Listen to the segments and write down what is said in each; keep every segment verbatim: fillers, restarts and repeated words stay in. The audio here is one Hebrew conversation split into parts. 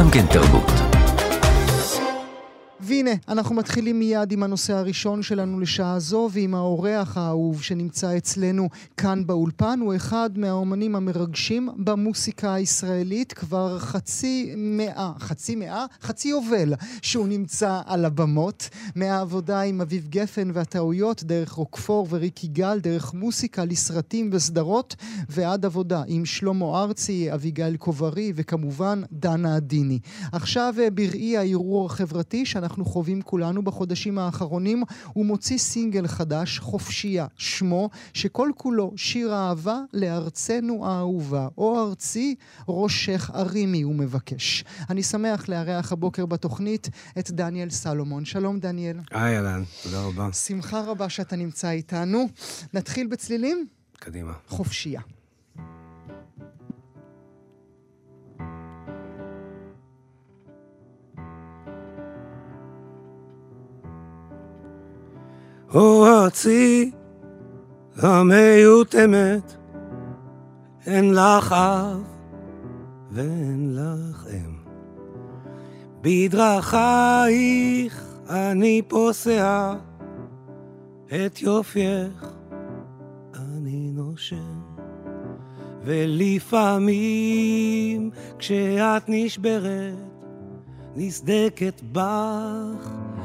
גם כן תרבות. והנה, אנחנו מתחילים מיד עם הנושא הראשון שלנו לשעה זו, ועם האורח האהוב שנמצא אצלנו כאן באולפן. הוא אחד מהאומנים המרגשים במוסיקה הישראלית, כבר חצי מאה, חצי מאה, חצי יובל, שהוא נמצא על הבמות. מהעבודה עם אביב גפן והטעויות, דרך רוקפור וריק יגאל, דרך מוסיקה לסרטים וסדרות, ועד עבודה עם שלמה ארצי, אביגיל קוברי, וכמובן דנה עדיני. עכשיו בראי הערעור החברתי שאנחנו חווים כולנו בחודשים האחרונים, הוא מוציא סינגל חדש, חופשייה, שמו, שכל כולו שיר אהבה לארצנו האהובה, או ארצי ראשך ארימי, הוא מבקש. אני שמח לארח הבוקר בתוכנית את דניאל סלומון. שלום דניאל. היי אלן, תודה רבה. שמחה רבה שאתה נמצא איתנו. נתחיל בצלילים? קדימה. חופשייה. או ארצי המיותמת, אין לך אב ואין לך אם, בדרכייך אני פוסע, את יופייך אני נושם, ולפעמים כשאת נשברת נסדקת בך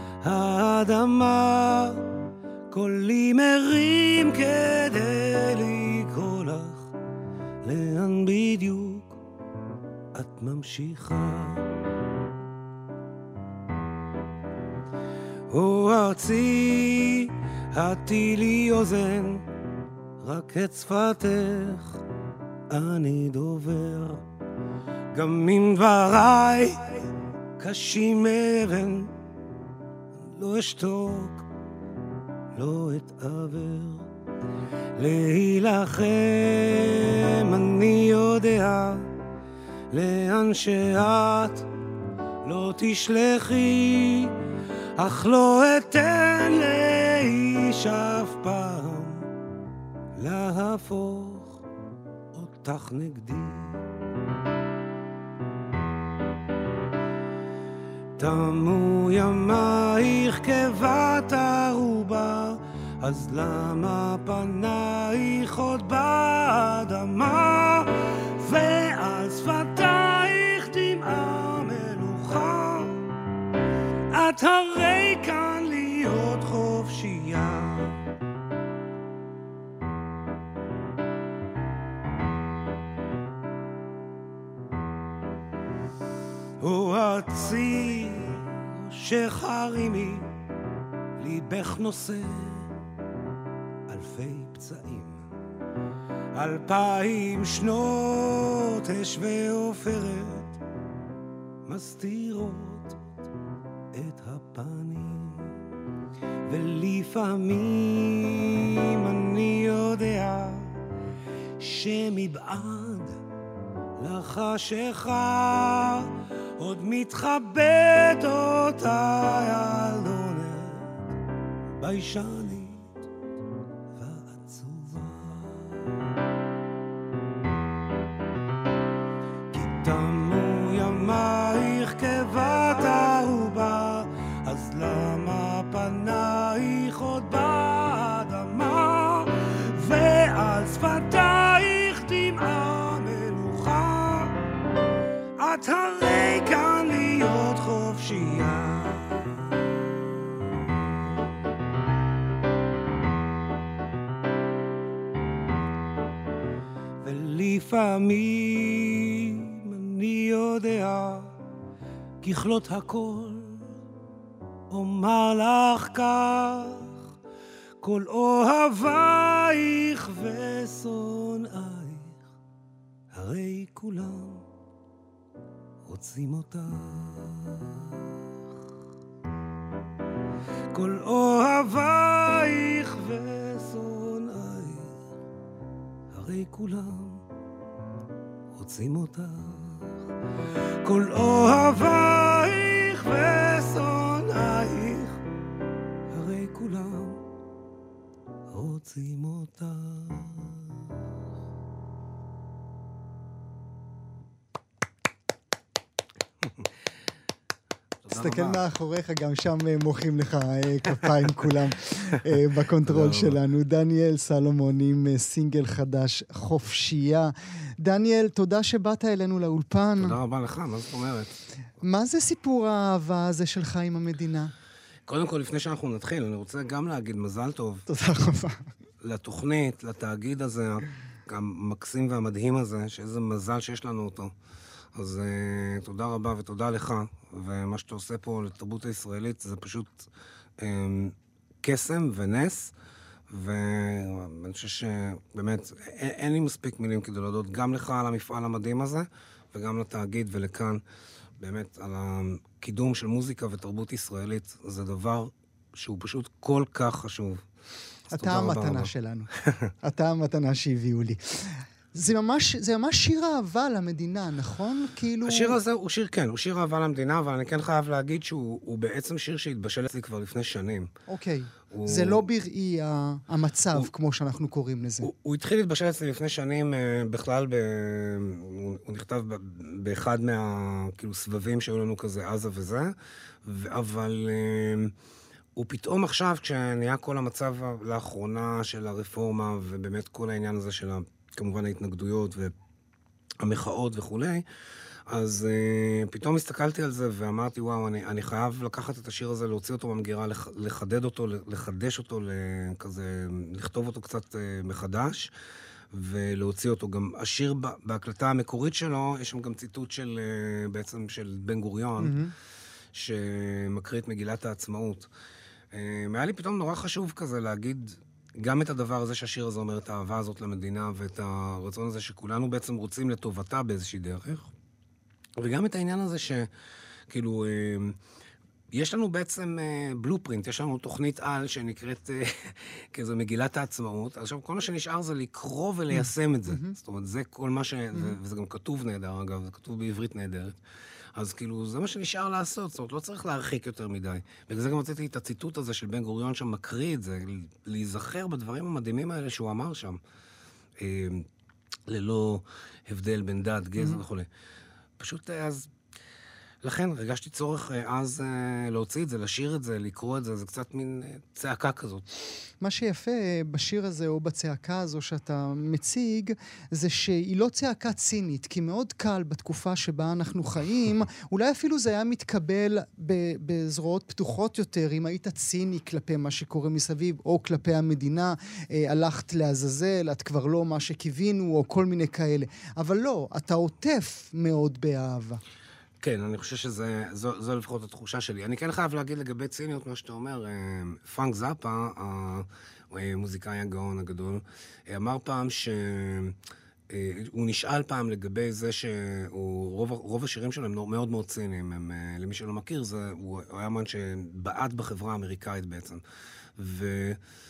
האדמה, קולי מרים כדי לקרוא לך, לאן בדיוק את ממשיכה. או ארצי, הטילי אוזן, רק את שפתך אני דובר, גם אם דבריי קשים מאבן, לא אשתוק, לא אתעבר, להילחם אני יודע, לאן שאת לא תשלחי, אך לא אתן לאיש אף פעם להפוך אותך נגדי. תמו ימייך כבת ערובה, אז למה פנייך עוד באדמה, ועל שפתייך דמעה מלוכה, את הרי כאן להיות חופשייה. או ארצי שחרימי, ליבך נושא אלפי פצעים, אלפיים שנות אש ועופרת מסתירות את הפנים, ולפעמים אני יודע שמבעד לחשיכה עוד מתחבאת אותה ילדונת ביישנית ועצובה, כי תמו ימייך כבת ערובה, אז למה פנייך עוד באדמה, ועל שפתייך דמעה מלוכה, את הרי כאן להיות חופשייה. ולפעמים אני יודע, ככלות הכל אומר לך כך, כל אוהבייך ושונאייך, הרי כולם רוצים אותך. כל אוהבייך ושונאייך, הרי כולם רוצים אותך. כל אוהבייך ושונאייך, הרי כולם רוצים אותך. תסתכל מאחוריך, גם שם מוחאים לך כפיים כולם בקונטרול שלנו. דניאל סלומון עם סינגל חדש, חופשייה. דניאל, תודה שבאת אלינו לאולפן. תודה רבה לך, מה זאת אומרת? מה זה סיפור האהבה הזה שלך עם המדינה? קודם כל, לפני שאנחנו נתחיל, אני רוצה גם להגיד מזל טוב. תודה רבה. לתוכנית, לתאגיד הזה, המקסים והמדהים הזה, שאיזה מזל שיש לנו אותו. אז uh, תודה רבה ותודה לך, ומה שאתה עושה פה לתרבות הישראלית זה פשוט um, קסם ונס, ואני חושב שבאמת אין, אין לי מספיק מילים כדי להודות גם לך על המפעל המדהים הזה, וגם לתאגיד ולכאן, באמת על הקידום של מוזיקה ותרבות ישראלית, זה דבר שהוא פשוט כל כך חשוב. אתה המתנה שלנו. אתה המתנה שהביאו לי. זה ממש, זה ממש שיר אהבה למדינה, נכון? כאילו... השיר הזה הוא שיר, כן, הוא שיר אהבה למדינה, אבל אני כן חייב להגיד שהוא הוא בעצם שיר שהתבשל אצלי כבר לפני שנים. אוקיי. הוא... זה לא בראי המצב, הוא... כמו שאנחנו קוראים לזה. הוא, הוא התחיל להתבשל אצלי לפני שנים, בכלל, ב... הוא, הוא נכתב באחד מה, כאילו, סבבים שהיו לנו כזה עזה וזה, אבל... הוא פתאום עכשיו, כשנהיה כל המצב לאחרונה של הרפורמה, ובאמת כל העניין הזה של, כמובן, ההתנגדויות והמחאות וכולי, אז uh, פתאום הסתכלתי על זה ואמרתי, וואו, אני, אני חייב לקחת את השיר הזה, להוציא אותו במגירה, לח, לחדד אותו, לחדש אותו, כזה, לכתוב אותו קצת uh, מחדש, ולהוציא אותו. גם השיר בהקלטה המקורית שלו, יש שם גם ציטוט של, uh, בעצם של בן גוריון, mm-hmm. שמקריא את מגילת העצמאות. היה לי פתאום נורא חשוב כזה להגיד גם את הדבר הזה שהשיר הזה אומר, את האהבה הזאת למדינה, ואת הרצון הזה שכולנו בעצם רוצים לטובתה באיזושהי דרך. וגם את העניין הזה שכאילו, יש לנו בעצם בלופרינט, יש לנו תוכנית על שנקראת כזו מגילת העצמאות. עכשיו, כל מה שנשאר זה לקרוא וליישם את זה. זאת אומרת, זה כל מה ש... וזה גם כתוב נהדר, אגב, זה כתוב בעברית נהדרת. אז כאילו, זה מה שנשאר לעשות, זאת אומרת, לא צריך להרחיק יותר מדי. בגלל זה גם רציתי את הציטוט הזה של בן גוריון שם מקריא את זה, להיזכר בדברים המדהימים האלה שהוא אמר שם, ללא הבדל בין דת, גזע וכו'. פשוט אז, לכן הרגשתי צורך אז להוציא את זה, לשיר את זה, לקרוא את זה, זה קצת מין צעקה כזאת. מה שיפה בשיר הזה או בצעקה הזו שאתה מציג, זה שהיא לא צעקה צינית, כי מאוד קל בתקופה שבה אנחנו חיים, אולי אפילו זה היה מתקבל בזרועות פתוחות יותר, אם היית ציני כלפי מה שקורה מסביב, או כלפי המדינה, הלכת לעזאזל, את כבר לא מה שקיווינו, או כל מיני כאלה. אבל לא, אתה עוטף מאוד באהבה. כן, אני חושב שזה, זו, זו לפחות התחושה שלי. אני כן חייב להגיד לגבי ציניות, מה שאתה אומר, פרנק זאפה, המוזיקאי הגאון הגדול, אמר פעם שהוא נשאל פעם לגבי זה שרוב רוב השירים שלו הם מאוד מאוד ציניים. הם, למי שלא מכיר, זה, הוא היה מן שבעט בחברה האמריקאית בעצם. ו...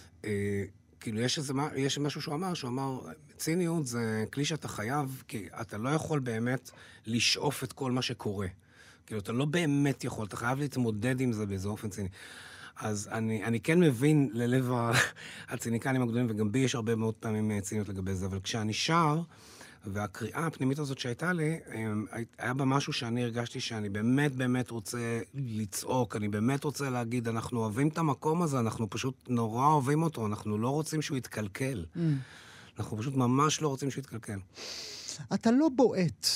כאילו, יש, איזה, יש משהו שהוא אמר, שהוא אמר, ציניות זה כלי שאתה חייב, כי אתה לא יכול באמת לשאוף את כל מה שקורה. כאילו, אתה לא באמת יכול, אתה חייב להתמודד עם זה באיזה אופן ציני. אז אני, אני כן מבין ללב הציניקנים הגדולים, וגם בי יש הרבה מאוד פעמים ציניות לגבי זה, אבל כשאני שר, והקריאה הפנימית הזאת שהייתה לי, היה בה משהו שאני הרגשתי שאני באמת באמת רוצה לצעוק, אני באמת רוצה להגיד, אנחנו אוהבים את המקום הזה, אנחנו פשוט נורא אוהבים אותו, אנחנו לא רוצים שהוא יתקלקל. Mm. אנחנו פשוט ממש לא רוצים שהוא יתקלקל. אתה לא בועט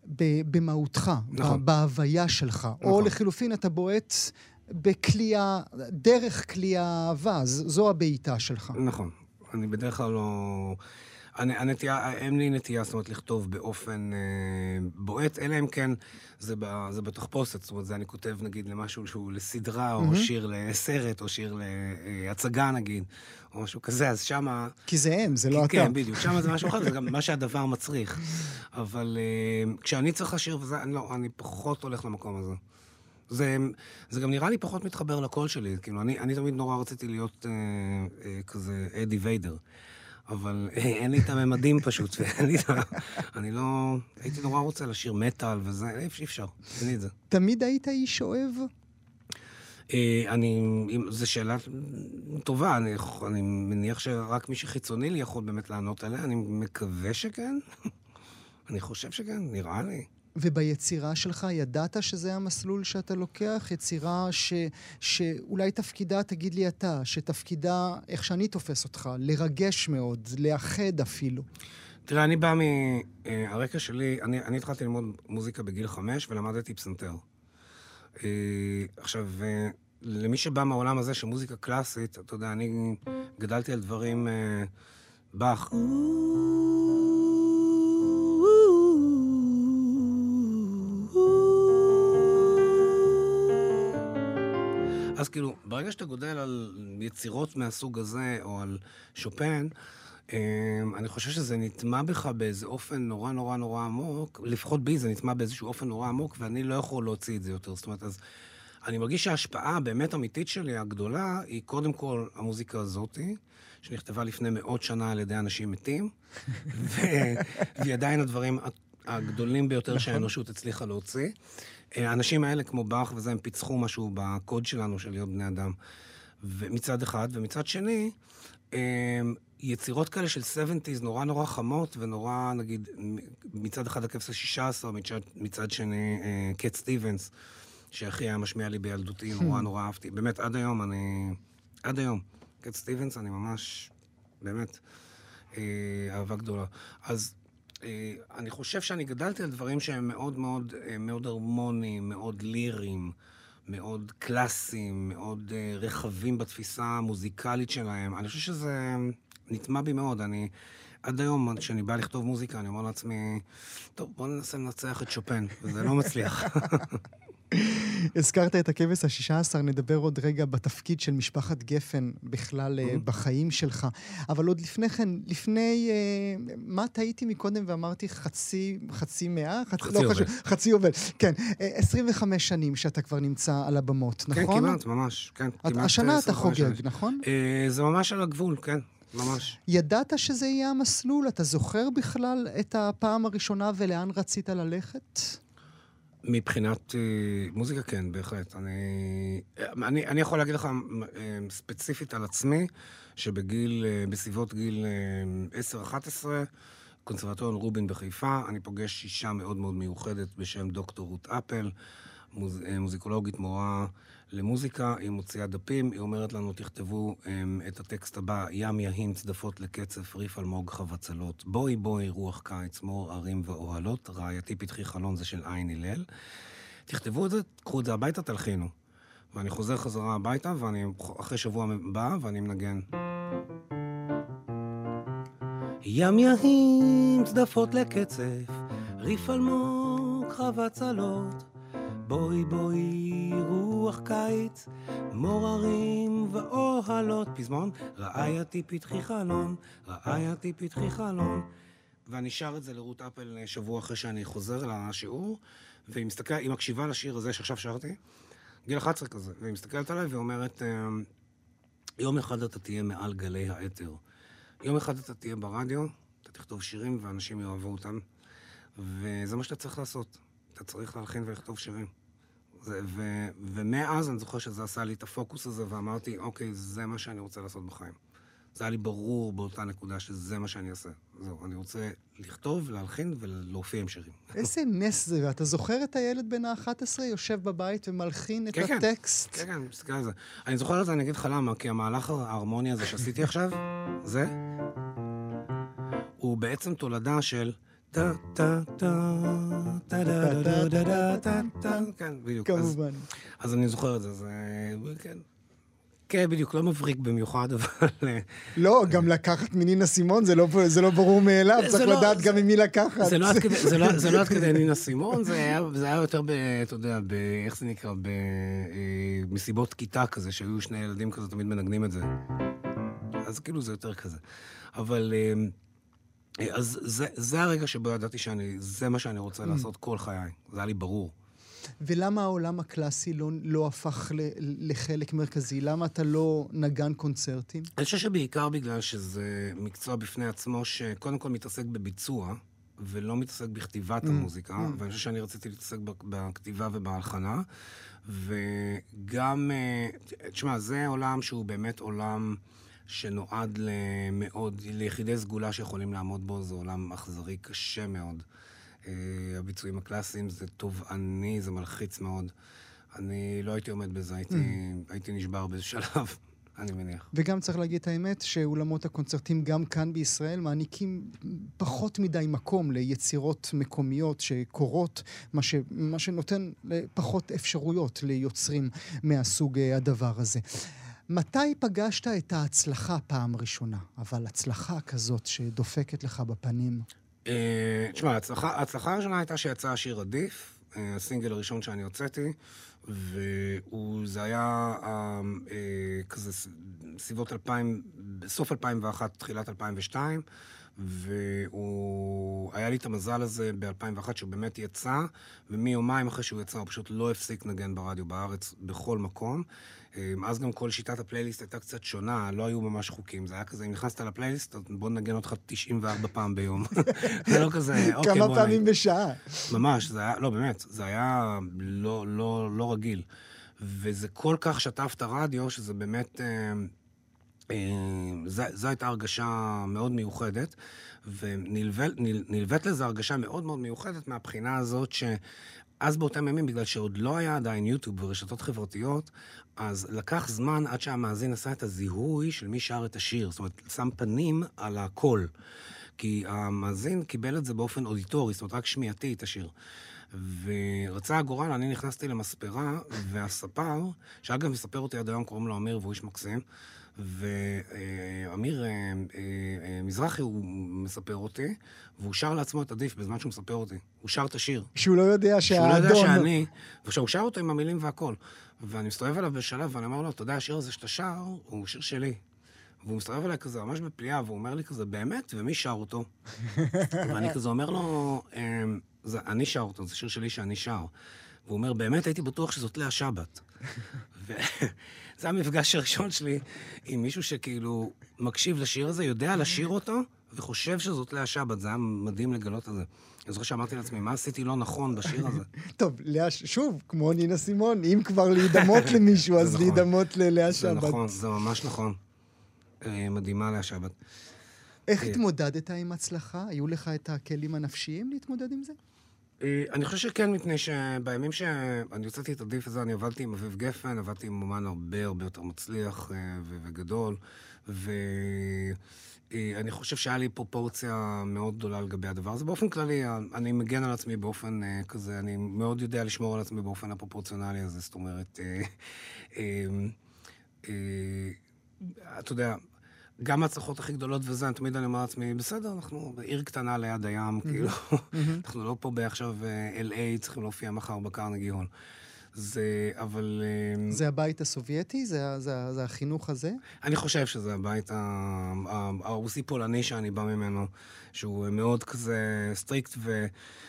במהותך, נכון. בהוויה שלך, נכון. או לחילופין אתה בועט בכלייה, דרך כלייה אהבה, זו הבעיטה שלך. נכון, אני בדרך כלל לא... הנטייה, אין לי נטייה, זאת אומרת, לכתוב באופן אה, בועט, אלא אם כן זה, ב, זה בתחפושת, זאת אומרת, זה אני כותב, נגיד, למשהו שהוא לסדרה, או mm-hmm. שיר לסרט, או שיר להצגה, נגיד, או משהו כזה, אז שמה... כי זה הם, זה לא אתה. כן, בדיוק, שמה זה משהו אחר, זה גם מה שהדבר מצריך. אבל אה, כשאני צריך לשיר וזה, אני, לא, אני פחות הולך למקום הזה. זה, זה גם נראה לי פחות מתחבר לקול שלי, כאילו, אני, אני תמיד נורא רציתי להיות אה, אה, כזה אדי ויידר. אבל אין לי את הממדים פשוט, ואין לי את ה... אני לא... הייתי נורא רוצה לשיר מטל וזה, אי אפשר, אין לי את זה. תמיד היית איש אוהב? אני... זו שאלה טובה, אני, אני מניח שרק מי שחיצוני לי יכול באמת לענות עליה, אני מקווה שכן. אני חושב שכן, נראה לי. וביצירה שלך ידעת שזה המסלול שאתה לוקח? יצירה ש, שאולי תפקידה, תגיד לי אתה, שתפקידה, איך שאני תופס אותך, לרגש מאוד, לאחד אפילו. תראה, אני בא מהרקע שלי, אני, אני התחלתי ללמוד מוזיקה בגיל חמש ולמדתי פסנתר. עכשיו, למי שבא מהעולם הזה של מוזיקה קלאסית, אתה יודע, אני גדלתי על דברים באך. אז כאילו, ברגע שאתה גודל על יצירות מהסוג הזה, או על שופן, אני חושב שזה נטמע בך באיזה אופן נורא נורא נורא עמוק, לפחות בי זה נטמע באיזשהו אופן נורא עמוק, ואני לא יכול להוציא את זה יותר. זאת אומרת, אז אני מרגיש שההשפעה הבאמת אמיתית שלי, הגדולה, היא קודם כל המוזיקה הזאת, שנכתבה לפני מאות שנה על ידי אנשים מתים, והיא עדיין הדברים הגדולים ביותר שהאנושות הצליחה להוציא. האנשים האלה, כמו באך וזה, הם פיצחו משהו בקוד שלנו של להיות בני אדם. ומצד אחד, ומצד שני, יצירות כאלה של שבעים נורא נורא חמות, ונורא, נגיד, מצד אחד הכבש ה-שישה עשר, מצד, מצד שני, קט סטיבנס, שהכי היה משמיע לי בילדותי, נורא נורא אהבתי. באמת, עד היום אני... עד היום. קט סטיבנס, אני ממש, באמת, אהבה גדולה. אז אני חושב שאני גדלתי על דברים שהם מאוד מאוד, מאוד הרמוניים, מאוד ליריים, מאוד קלאסיים, מאוד רחבים בתפיסה המוזיקלית שלהם. אני חושב שזה נטמע בי מאוד. אני, עד היום, כשאני בא לכתוב מוזיקה, אני אומר לעצמי, טוב, בוא ננסה לנצח את שופן, וזה לא מצליח. הזכרת את הכבש ה-שישה עשר, נדבר עוד רגע בתפקיד של משפחת גפן בכלל בחיים שלך. אבל עוד לפני כן, לפני, מה טעיתי מקודם ואמרתי חצי, חצי מאה? חצי עובד. חצי עובד, כן. עשרים וחמש שנים שאתה כבר נמצא על הבמות, נכון? כן, כמעט, ממש. כן, כמעט. השנה אתה חוגג, נכון? זה ממש על הגבול, כן. ממש. ידעת שזה יהיה המסלול? אתה זוכר בכלל את הפעם הראשונה ולאן רצית ללכת? מבחינת מוזיקה, כן, בהחלט. אני, אני, אני יכול להגיד לך ספציפית על עצמי, שבגיל, בסביבות גיל עשר אחת עשרה, קונסרבטוריון רובין בחיפה, אני פוגש אישה מאוד מאוד מיוחדת בשם דוקטור רות אפל, מוז, מוזיקולוגית מורה למוזיקה, היא מוציאה דפים, היא אומרת לנו, תכתבו את הטקסט הבא, ים יהים צדפות לקצף, ריף אלמוג חבצלות, בואי בואי רוח קיץ, מור ערים ואוהלות, רעייתי פתחי חלון, זה של עין הלל. תכתבו את זה, קחו את זה הביתה, תלחינו. ואני חוזר חזרה הביתה, ואני אחרי שבוע בא, ואני מנגן. ים יהים צדפות לקצף, ריף אלמוג חבצלות, בואי בואי רוח קיץ, מור ערים ואוהלות. פזמון, רעייתי פתחי חלון, רעייתי פתחי חלון. ואני שר את זה לרות אפל שבוע אחרי שאני חוזר לשיעור, והיא מסתכלת, היא מקשיבה לשיר הזה שעכשיו שרתי, גיל אחת עשרה כזה, והיא מסתכלת עליי ואומרת, יום אחד אתה תהיה מעל גלי האתר. יום אחד אתה תהיה ברדיו, אתה תכתוב שירים ואנשים יאהבו אותם, וזה מה שאתה צריך לעשות. אתה צריך להלחין ולכתוב שירים. זה, ו, ומאז אני זוכר שזה עשה לי את הפוקוס הזה, ואמרתי, אוקיי, זה מה שאני רוצה לעשות בחיים. זה היה לי ברור באותה נקודה שזה מה שאני אעשה. זהו, אני רוצה לכתוב, להלחין ולהופיע עם שירים. איזה נס זה, ואתה זוכר את הילד בן ה-אחת עשרה יושב בבית ומלחין את כן, הטקסט? כן, כן, אני מסתכל על זה. אני זוכר את זה, אני אגיד לך למה, כי המהלך ההרמוני הזה שעשיתי עכשיו, זה, הוא בעצם תולדה של טה טה טה טה טה טה טה טה טה. כן, בדיוק. כמובן. אז אני זוכר את זה, זה כן. כן, בדיוק, לא מבריק במיוחד, אבל... לא, גם לקחת מנינה סימון, זה לא ברור מאליו, צריך לדעת גם ממי לקחת. זה לא עד כדי נינה סימון, זה היה יותר, אתה יודע, איך זה נקרא, במסיבות כיתה כזה, שהיו שני ילדים כזה, תמיד מנגנים את זה. אז כאילו זה יותר כזה. אבל... אז זה, זה הרגע שבו ידעתי שאני, זה מה שאני רוצה לעשות כל חיי. זה היה לי ברור. ולמה העולם הקלאסי לא, לא הפך ל, לחלק מרכזי? למה אתה לא נגן קונצרטים? אני חושב שבעיקר בגלל שזה מקצוע בפני עצמו שקודם כל מתעסק בביצוע, ולא מתעסק בכתיבת mm, המוזיקה, mm. ואני חושב שאני רציתי להתעסק בכתיבה ובהלחנה, וגם, תשמע, זה עולם שהוא באמת עולם שנועד למאוד, ליחידי סגולה שיכולים לעמוד בו, זה עולם אכזרי קשה מאוד. הביצועים הקלאסיים זה תובעני, זה מלחיץ מאוד. אני לא הייתי עומד בזה, הייתי, הייתי נשבר באיזה שלב, אני מניח. וגם צריך להגיד את האמת שאולמות הקונצרטים גם כאן בישראל מעניקים פחות מדי מקום ליצירות מקומיות שקורות, מה, ש, מה שנותן פחות אפשרויות ליוצרים מהסוג הדבר הזה. מתי פגשת את ההצלחה פעם ראשונה? אבל הצלחה כזאת שדופקת לך בפנים? תשמע, ההצלחה הראשונה הייתה שיצא השיר עדיף, הסינגל הראשון שאני הוצאתי, וזה היה כזה סביבות אלפיים, סוף אלפיים ואחת, תחילת אלפיים ושתיים, והוא היה לי את המזל הזה ב-אלפיים ואחת שהוא באמת יצא, ומיומיים אחרי שהוא יצא הוא פשוט לא הפסיק נגן ברדיו בארץ בכל מקום. אז גם כל שיטת הפלייליסט הייתה קצת שונה, לא היו ממש חוקים. זה היה כזה, אם נכנסת לפלייליסט, בוא נגן אותך תשעים וארבע פעם ביום. זה לא כזה, אוקיי, כמה פעמים בשעה. ממש, זה היה, לא, באמת, זה היה לא, לא, לא רגיל. וזה כל כך שטף את הרדיו, שזה באמת, זו הייתה הרגשה מאוד מיוחדת, ונלווית לזה הרגשה מאוד מאוד מיוחדת מהבחינה הזאת ש... אז באותם ימים, בגלל שעוד לא היה עדיין יוטיוב ורשתות חברתיות, אז לקח זמן עד שהמאזין עשה את הזיהוי של מי שר את השיר. זאת אומרת, שם פנים על הקול. כי המאזין קיבל את זה באופן אודיטורי, זאת אומרת, רק שמיעתי את השיר. ורצה הגורל, אני נכנסתי למספרה, והספר, שאגב מספר אותי עד היום, קוראים לו אמיר, והוא איש מקסים, ואמיר מזרחי הוא מספר אותי, והוא שר לעצמו את עדיף בזמן שהוא מספר אותי. הוא שר את השיר. שהוא לא יודע שהאדון... שהוא לא יודע שאני... ושהוא שר אותו עם המילים והכל. ואני מסתובב עליו בשלב, ואני אומר לו, אתה יודע, השיר הזה שאתה שר, הוא שיר שלי. והוא מסתובב עליי כזה, ממש בפליאה, והוא אומר לי כזה, באמת? ומי שר אותו? ואני כזה אומר לו, זה, אני שר אותו, זה שיר שלי שאני שר. והוא אומר, באמת הייתי בטוח שזאת לאה שבת. וזה המפגש הראשון שלי עם מישהו שכאילו מקשיב לשיר הזה, יודע לשיר אותו, וחושב שזאת לאה שבת. זה היה מדהים לגלות את זה. אני זוכר שאמרתי לעצמי, מה עשיתי לא נכון בשיר הזה? טוב, לאה, שוב, כמו נינה סימון, אם כבר להידמות למישהו, אז להידמות ללאה שבת. זה נכון, זה ממש נכון. מדהימה לאה שבת. איך התמודדת עם הצלחה? היו לך את הכלים הנפשיים להתמודד עם זה? אני חושב שכן, מפני שבימים שאני יוצאתי את עדיף הזה, אני עבדתי עם אביב גפן, עבדתי עם אומן הרבה הרבה יותר מצליח וגדול, ואני חושב שהיה לי פרופורציה מאוד גדולה לגבי הדבר הזה. באופן כללי, אני מגן על עצמי באופן כזה, אני מאוד יודע לשמור על עצמי באופן הפרופורציונלי הזה, זאת אומרת, אתה יודע, גם ההצלחות הכי גדולות וזה, אני תמיד אני אומר לעצמי, בסדר, אנחנו בעיר קטנה ליד הים, כאילו, אנחנו לא פה בעכשיו אל איי, צריכים להופיע מחר בקרנגי הול. זה, אבל... זה הבית הסובייטי? זה, זה, זה החינוך הזה? אני חושב שזה הבית הרוסי פולני שאני בא ממנו, שהוא מאוד כזה סטריקט ו...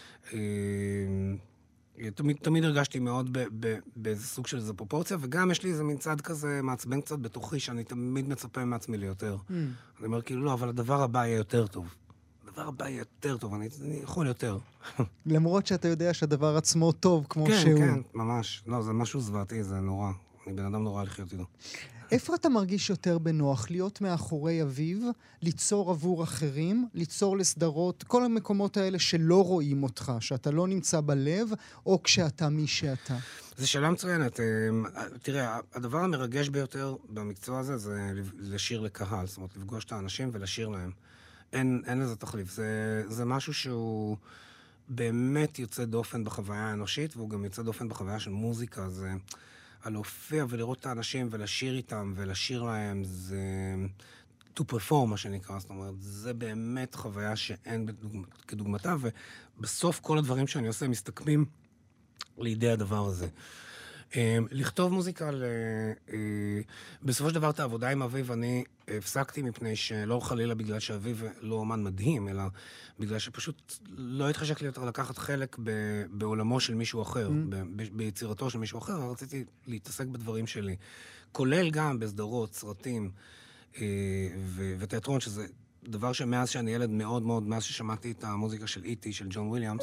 תמיד, תמיד הרגשתי מאוד ב, ב, באיזה סוג של איזו פרופורציה, וגם יש לי איזה מין צד כזה מעצבן קצת בתוכי, שאני תמיד מצפה מעצמי ליותר. Mm. אני אומר כאילו, לא, אבל הדבר הבא יהיה יותר טוב. הדבר הבא יהיה יותר טוב, אני, אני יכול יותר. למרות שאתה יודע שהדבר עצמו טוב כמו כן, שהוא. כן, כן, ממש. לא, זה משהו זוועתי, זה נורא. אני בן אדם נורא לחיות איתו. איפה אתה מרגיש יותר בנוח? להיות מאחורי אביב, ליצור עבור אחרים, ליצור לסדרות, כל המקומות האלה שלא רואים אותך, שאתה לא נמצא בלב, או כשאתה מי שאתה? זו שאלה מצוינת. תראה, הדבר המרגש ביותר במקצוע הזה זה לשיר לקהל, זאת אומרת, לפגוש את האנשים ולשיר להם. אין, אין לזה תחליף. זה, זה משהו שהוא באמת יוצא דופן בחוויה האנושית, והוא גם יוצא דופן בחוויה של מוזיקה. זה... על להופיע ולראות את האנשים ולשיר איתם ולשיר להם, זה to perform, מה שנקרא, זאת אומרת, זה באמת חוויה שאין כדוגמתה, ובסוף כל הדברים שאני עושה מסתכמים לידי הדבר הזה. לכתוב מוזיקה, בסופו של דבר את העבודה עם אביב אני הפסקתי מפני שלא חלילה בגלל שאביב לא אומן מדהים, אלא בגלל שפשוט לא התחשק לי יותר לקחת חלק בעולמו של מישהו אחר, ביצירתו של מישהו אחר, רציתי להתעסק בדברים שלי, כולל גם בסדרות, סרטים ותיאטרון, שזה דבר שמאז שאני ילד מאוד מאוד, מאז ששמעתי את המוזיקה של איטי, של ג'ון וויליאמס,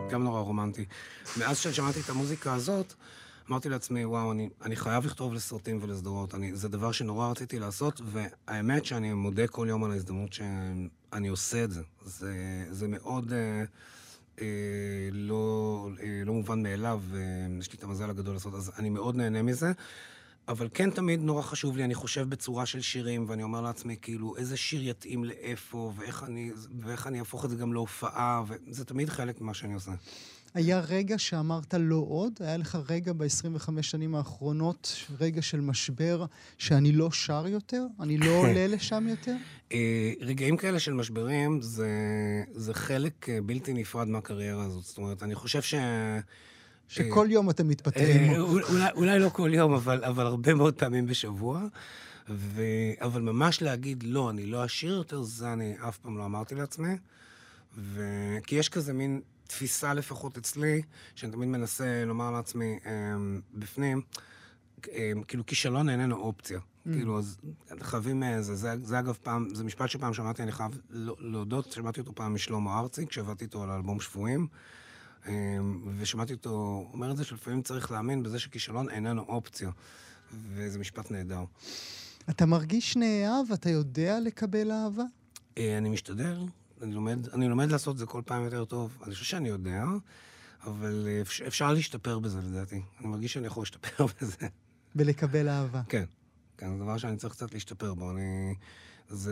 גם נורא רומנטי. מאז ששמעתי את המוזיקה הזאת, אמרתי לעצמי, וואו, אני, אני חייב לכתוב לסרטים ולסדרות. אני, זה דבר שנורא רציתי לעשות, והאמת שאני מודה כל יום על ההזדמנות שאני עושה את זה. זה, זה מאוד אה, אה, לא, אה, לא מובן מאליו, ויש לי את המזל הגדול לעשות, אז אני מאוד נהנה מזה. אבל כן תמיד נורא חשוב לי, אני חושב בצורה של שירים, ואני אומר לעצמי, כאילו, איזה שיר יתאים לאיפה, ואיך אני, ואיך אני אהפוך את זה גם להופעה, וזה תמיד חלק ממה שאני עושה. היה רגע שאמרת לא עוד? היה לך רגע ב-עשרים וחמש שנים האחרונות, רגע של משבר, שאני לא שר יותר? אני לא עולה לשם יותר? רגעים כאלה של משברים, זה, זה חלק בלתי נפרד מהקריירה הזאת. זאת אומרת, אני חושב ש... שכל יום אתם מתפטרים. אולי, אולי לא כל יום, אבל, אבל הרבה מאוד פעמים בשבוע. ו... אבל ממש להגיד, לא, אני לא אשיר יותר, זה אני אף פעם לא אמרתי לעצמי. ו... כי יש כזה מין תפיסה לפחות אצלי, שאני תמיד מנסה לומר לעצמי בפנים, כאילו כישלון איננו אופציה. כאילו, אז חייבים זה, זה, זה אגב פעם, זה משפט שפעם שמעתי, אני חייב להודות, שמעתי אותו פעם משלמה ארצי, כשעבדתי איתו על האלבום שבויים, ושמעתי אותו, אומר את זה שלפעמים צריך להאמין בזה שכישלון איננו אופציה, וזה משפט נהדר. אתה מרגיש נאהב? אתה יודע לקבל אהבה? אני משתדל, אני לומד, אני לומד לעשות את זה כל פעם יותר טוב. אני חושב שאני יודע, אבל אפשר להשתפר בזה, לדעתי. אני מרגיש שאני יכול להשתפר בזה. בלקבל אהבה. כן. כן, זה דבר שאני צריך קצת להשתפר בו. אני... זה...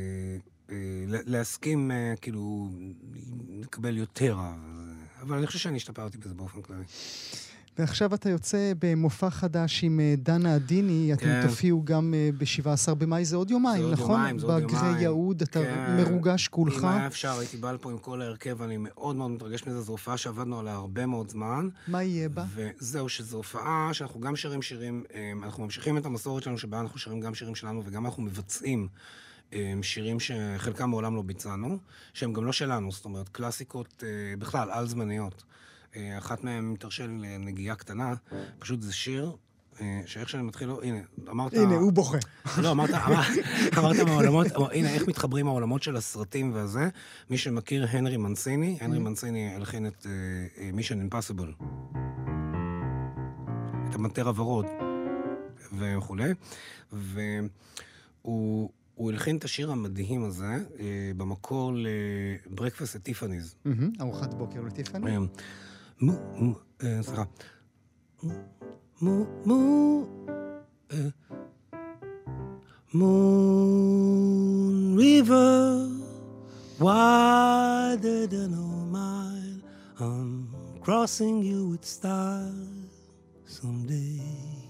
להסכים, כאילו, לקבל יותר אהבה. אבל אני חושב שאני השתפרתי בזה באופן כללי. ועכשיו אתה יוצא במופע חדש עם דנה עדיני, אתם כן. תופיעו גם ב-שבעה עשר במאי, זה עוד יומיים, זה נכון? יומיים, זה עוד יומיים. בגרי יהוד, אתה כן. מרוגש כולך. אם היה אפשר, הייתי בא לפה עם כל ההרכב, אני מאוד מאוד מתרגש מזה, זו הופעה שעבדנו עליה הרבה מאוד זמן. מה יהיה בה? וזהו, שזו הופעה שאנחנו גם שרים שירים, אנחנו ממשיכים את המסורת שלנו, שבה אנחנו שרים גם שירים שלנו, וגם אנחנו מבצעים שירים שחלקם מעולם לא ביצענו, שהם גם לא שלנו, זאת אומרת, קלאסיקות בכלל, על זמניות. אחת מהם, תרשה לי לנגיעה קטנה, פשוט זה שיר, שאיך שאני מתחיל, הנה, אמרת... הנה, הוא בוכה. לא, אמרת, אמרת מהעולמות, הנה, איך מתחברים העולמות של הסרטים והזה, מי שמכיר הנרי מנסיני, הנרי מנסיני הלחין את Mission Impossible, את המטר הוורוד וכו', והוא... הוא הלחין את השיר המדהים הזה במקור ל-Breakfast at Tiffany's. ארוחת בוקר לטיפאני. מו, מו, סליחה. מו, מו, Moon River, wider than a mile, I'm crossing you with stars someday.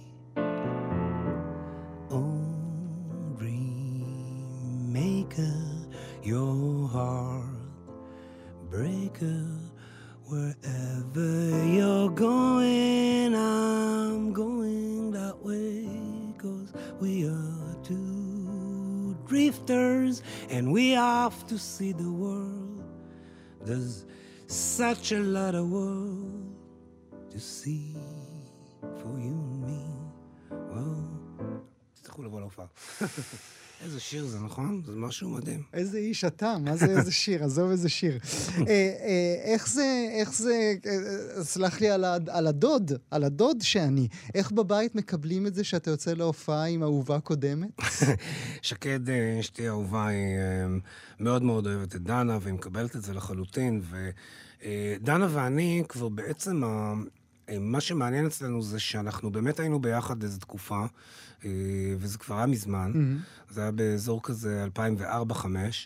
Maker, your heart breaker, wherever you're going, I'm going that way, 'cause we are two drifters and we have to see the world. There's such a lot of world to see for you and me. Well, תצטרכו לבוא להופעה. איזה שיר זה, נכון? זה משהו מדהים. איזה איש אתה, מה זה איזה שיר? עזוב איזה שיר. איך זה, איך זה, סלח לי על הדוד, על הדוד שאני. איך בבית מקבלים את זה שאתה יוצא להופעה עם אהובה קודמת? שקד, אשתי האהובה, היא מאוד מאוד אוהבת את דנה, והיא מקבלת את זה לחלוטין, ודנה ואני כבר בעצם, מה שמעניין אצלנו זה שאנחנו באמת היינו ביחד איזו תקופה, וזה כבר היה מזמן, mm-hmm. זה היה באזור כזה אלפיים וארבע חמש,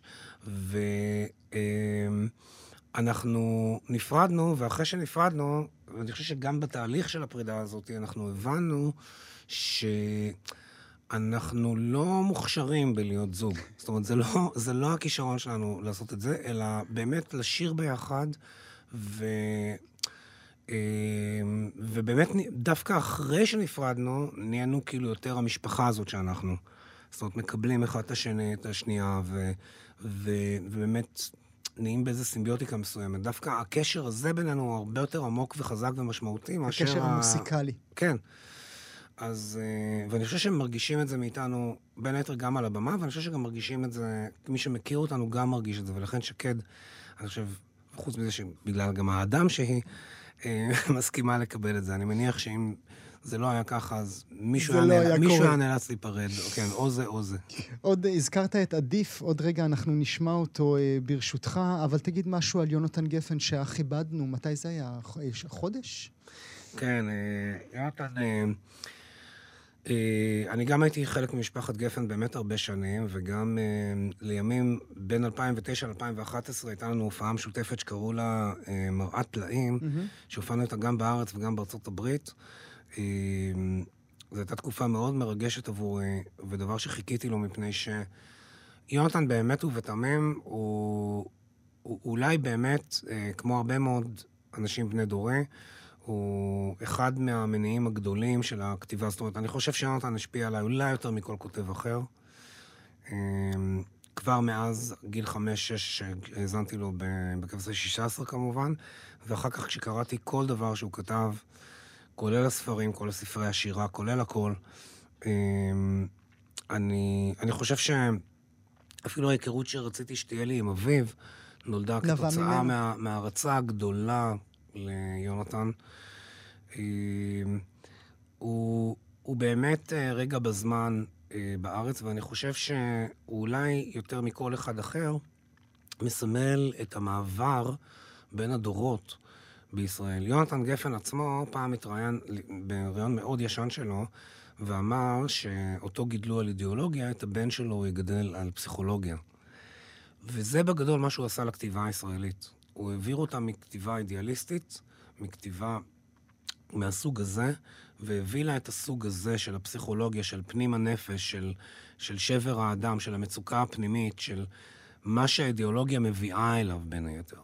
ואנחנו נפרדנו, ואחרי שנפרדנו, ואני חושב שגם בתהליך של הפרידה הזאת, אנחנו הבנו שאנחנו לא מוכשרים בלהיות זוג. זאת אומרת, זה לא, זה לא הכישרון שלנו לעשות את זה, אלא באמת לשיר ביחד, ו... ובאמת, דווקא אחרי שנפרדנו, נהיינו כאילו יותר המשפחה הזאת שאנחנו. זאת אומרת, מקבלים אחד את השני, את השנייה, ו, ו, ובאמת נהיים באיזו סימביוטיקה מסוימת. דווקא הקשר הזה בינינו הוא הרבה יותר עמוק וחזק ומשמעותי. הקשר המוסיקלי. כן. אז, ואני חושב שהם מרגישים את זה מאיתנו, בין היתר גם על הבמה, ואני חושב שגם מרגישים את זה, מי שמכיר אותנו גם מרגיש את זה, ולכן שקד, אני חושב, חוץ מזה שבגלל גם האדם שהיא מסכימה לקבל את זה. אני מניח שאם זה לא היה ככה, אז מישהו היה נאלץ להיפרד. כן, או זה או זה. עוד הזכרת את עדיף, עוד רגע אנחנו נשמע אותו ברשותך, אבל תגיד משהו על יונתן גפן שהכיבדנו, מתי זה היה? חודש? כן, יונתן... אני גם הייתי חלק ממשפחת גפן באמת הרבה שנים, וגם לימים בין אלפיים ותשע ל-אלפיים ואחת עשרה הייתה לנו הופעה משותפת שקראו לה מראת פלאים, שהופענו אותה גם בארץ וגם בארצות הברית. זו הייתה תקופה מאוד מרגשת עבורי, ודבר שחיכיתי לו מפני שיונתן באמת ובתמים, הוא אולי באמת, כמו הרבה מאוד אנשים בני דורי, הוא אחד מהמניעים הגדולים של הכתיבה. זאת אומרת, אני חושב שיונתן השפיע עליי אולי יותר מכל כותב אחר. כבר מאז גיל חמש שש שהזנתי לו בכבשי שישה עשר כמובן, ואחר כך כשקראתי כל דבר שהוא כתב, כולל הספרים, כל הספרי השירה, כולל הכל, אני, אני חושב שאפילו ההיכרות שרציתי שתהיה לי עם אביו, נולדה כתוצאה מה, מההרצה הגדולה ליונתן. הוא, הוא באמת רגע בזמן בארץ, ואני חושב שאולי יותר מכל אחד אחר מסמל את המעבר בין הדורות בישראל. יונתן גפן עצמו פעם התראיין ברעיון מאוד ישן שלו, ואמר שאותו גידלו על אידיאולוגיה, את הבן שלו הוא יגדל על פסיכולוגיה. וזה בגדול מה שהוא עשה לכתיבה הישראלית. הוא העביר אותה מכתיבה אידיאליסטית, מכתיבה מהסוג הזה, והביא לה את הסוג הזה של הפסיכולוגיה, של פנים הנפש, של, של שבר האדם, של המצוקה הפנימית, של מה שהאידיאולוגיה מביאה אליו בין היתר.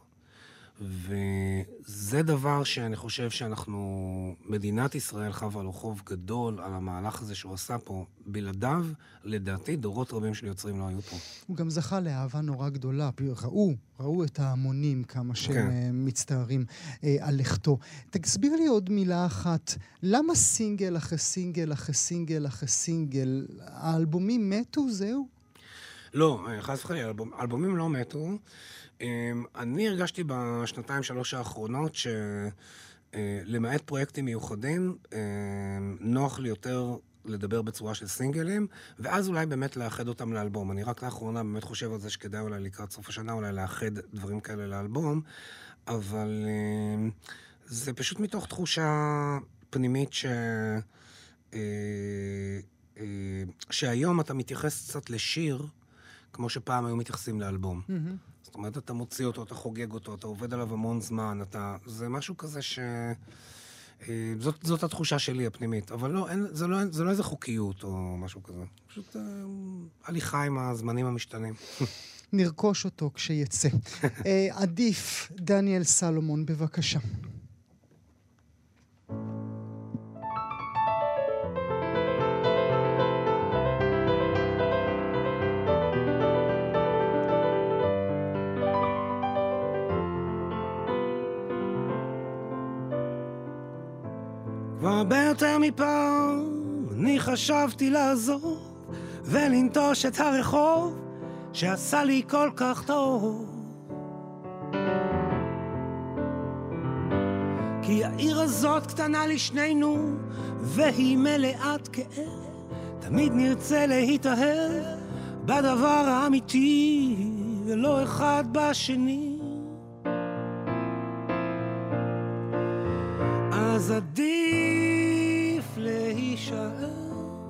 וזה דבר שאני חושב שאנחנו, מדינת ישראל חבה לו חוב גדול על המהלך הזה שהוא עשה פה. בלעדיו, לדעתי, דורות רבים של יוצרים לא היו פה. הוא גם זכה לאהבה נורא גדולה. ראו, ראו את ההמונים כמה שהם כן. מצטערים אה, על לכתו. תסביר לי עוד מילה אחת, למה סינגל אחרי סינגל אחרי סינגל אחרי סינגל? האלבומים מתו, זהו? לא, חס וחלילה, אלבומ, אלבומים לא מתו. אני הרגשתי בשנתיים שלוש האחרונות שלמעט פרויקטים מיוחדים, נוח לי יותר לדבר בצורה של סינגלים, ואז אולי באמת לאחד אותם לאלבום. אני רק לאחרונה באמת חושב על זה שכדאי אולי לקראת סוף השנה, אולי לאחד דברים כאלה לאלבום, אבל זה פשוט מתוך תחושה פנימית ש... שהיום אתה מתייחס קצת לשיר, כמו שפעם היו מתייחסים לאלבום. זאת אומרת, אתה מוציא אותו, אתה חוגג אותו, אתה עובד עליו המון זמן, אתה... זה משהו כזה ש... זאת, זאת התחושה שלי הפנימית, אבל לא, אין, זה, לא, זה לא איזה חוקיות או משהו כזה. פשוט אה, הליכה עם הזמנים המשתנים. נרכוש אותו כשיצא. אה, עדיף, דניאל סלומון, בבקשה. הרבה יותר מפעם אני חשבתי לעזוב ולנטוש את הרחוב שעשה לי כל כך טוב, כי העיר הזאת קטנה לשנינו והיא מלאת כאב. תמיד נרצה להתאהב בדבר האמיתי ולא אחד בשני. אז עדיף להישאר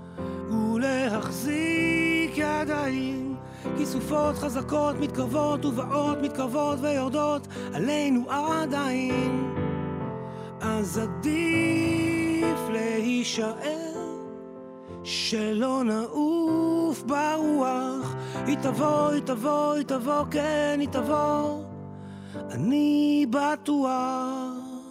ולהחזיק ידיים, כי סופות חזקות מתקרבות ובאות מתקרבות ויורדות עלינו עדיין. אז עדיף להישאר שלא נעוף ברוח. היא תבוא, היא תבוא, היא תבוא, כן היא תבוא, אני בטוח.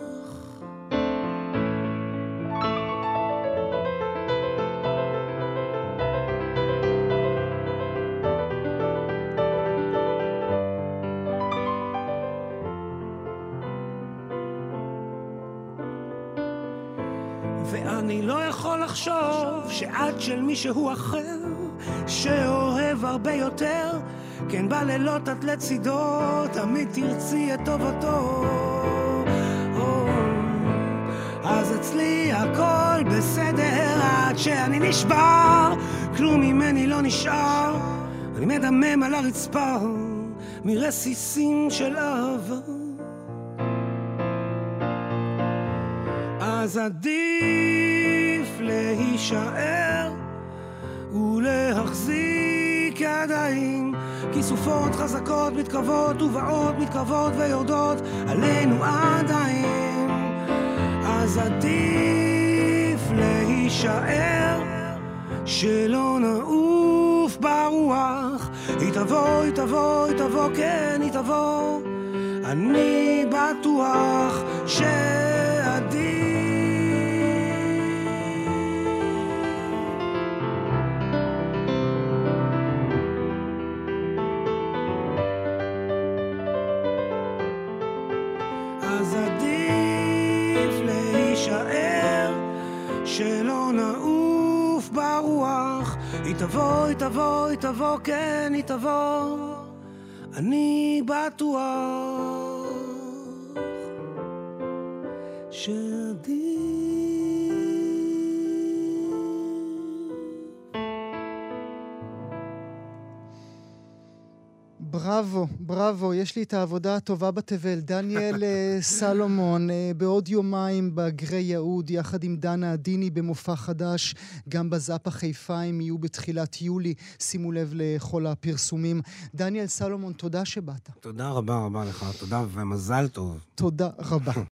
ואני לא יכול לחשוב שעד של מישהו אחר שאוהב הרבה יותר כן, בלילות את לצידו, תמיד תרצי את טובתו. אז אצלי הכל בסדר, עד שאני נשבר, כלום ממני לא נשאר, אני מדמם על הרצפה מרסיסים של אהבה. אז עדיף להישאר ולהחזיק ידיים, כי סופות חזקות מתקרבות ובאות מתקרבות ויורדות עלינו עדיין. אז עדיף להישאר, שלא נעוף ברוח. היא תבוא, היא תבוא, היא תבוא, כן היא תבוא, אני בטוח שעדיף. אז עדיף להישאר, שלא נעוף ברוח. היא תבוא, היא תבוא, היא תבוא, כן היא תבוא, אני בטוח שעדיף. בראבו, בראבו, יש לי את העבודה הטובה בתבל. דניאל סלומון, בעוד יומיים בגרי יהוד, יחד עם דנה עדיני במופע חדש, גם בזאפה חיפה, הם יהיו בתחילת יולי, שימו לב לכל הפרסומים. דניאל סלומון, תודה שבאת. תודה רבה רבה לך, תודה ומזל טוב. תודה רבה.